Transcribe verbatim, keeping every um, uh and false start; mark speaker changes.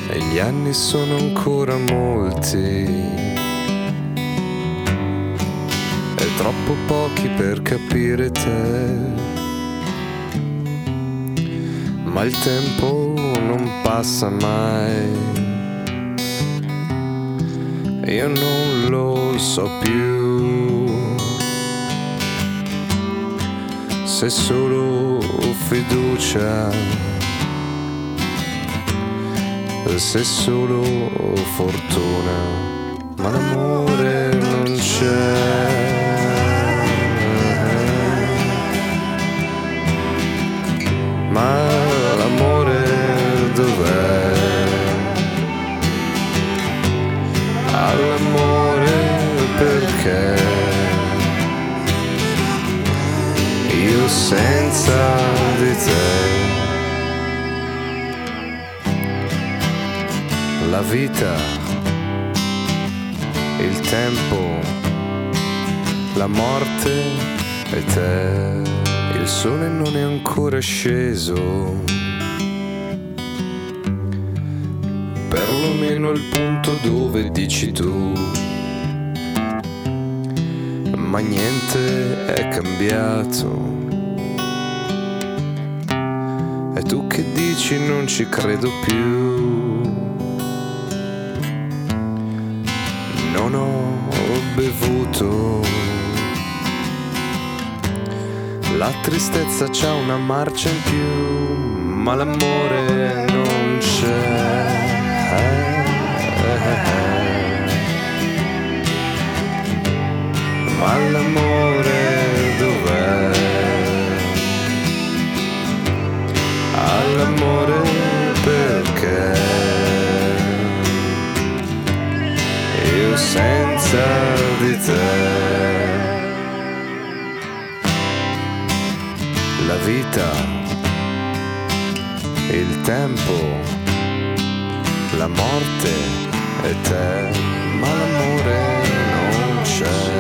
Speaker 1: e gli anni sono ancora molti e troppo pochi per capire te. Ma il tempo non passa mai, io non lo so più, se solo fiducia, se solo fortuna, ma l'amore non c'è. Ma l'amore dov'è? All'amore perché? Io senza di te. La vita, il tempo, la morte e te. Il sole non è ancora sceso, perlomeno al punto dove dici tu, ma niente è cambiato. E tu che dici non ci credo più. Non ho bevuto, la tristezza c'ha una marcia in più, ma l'amore non c'è. Ma l'amore dov'è? All'amore perché? Io senza di te. La vita, il tempo, la morte e te, ma l'amore non c'è.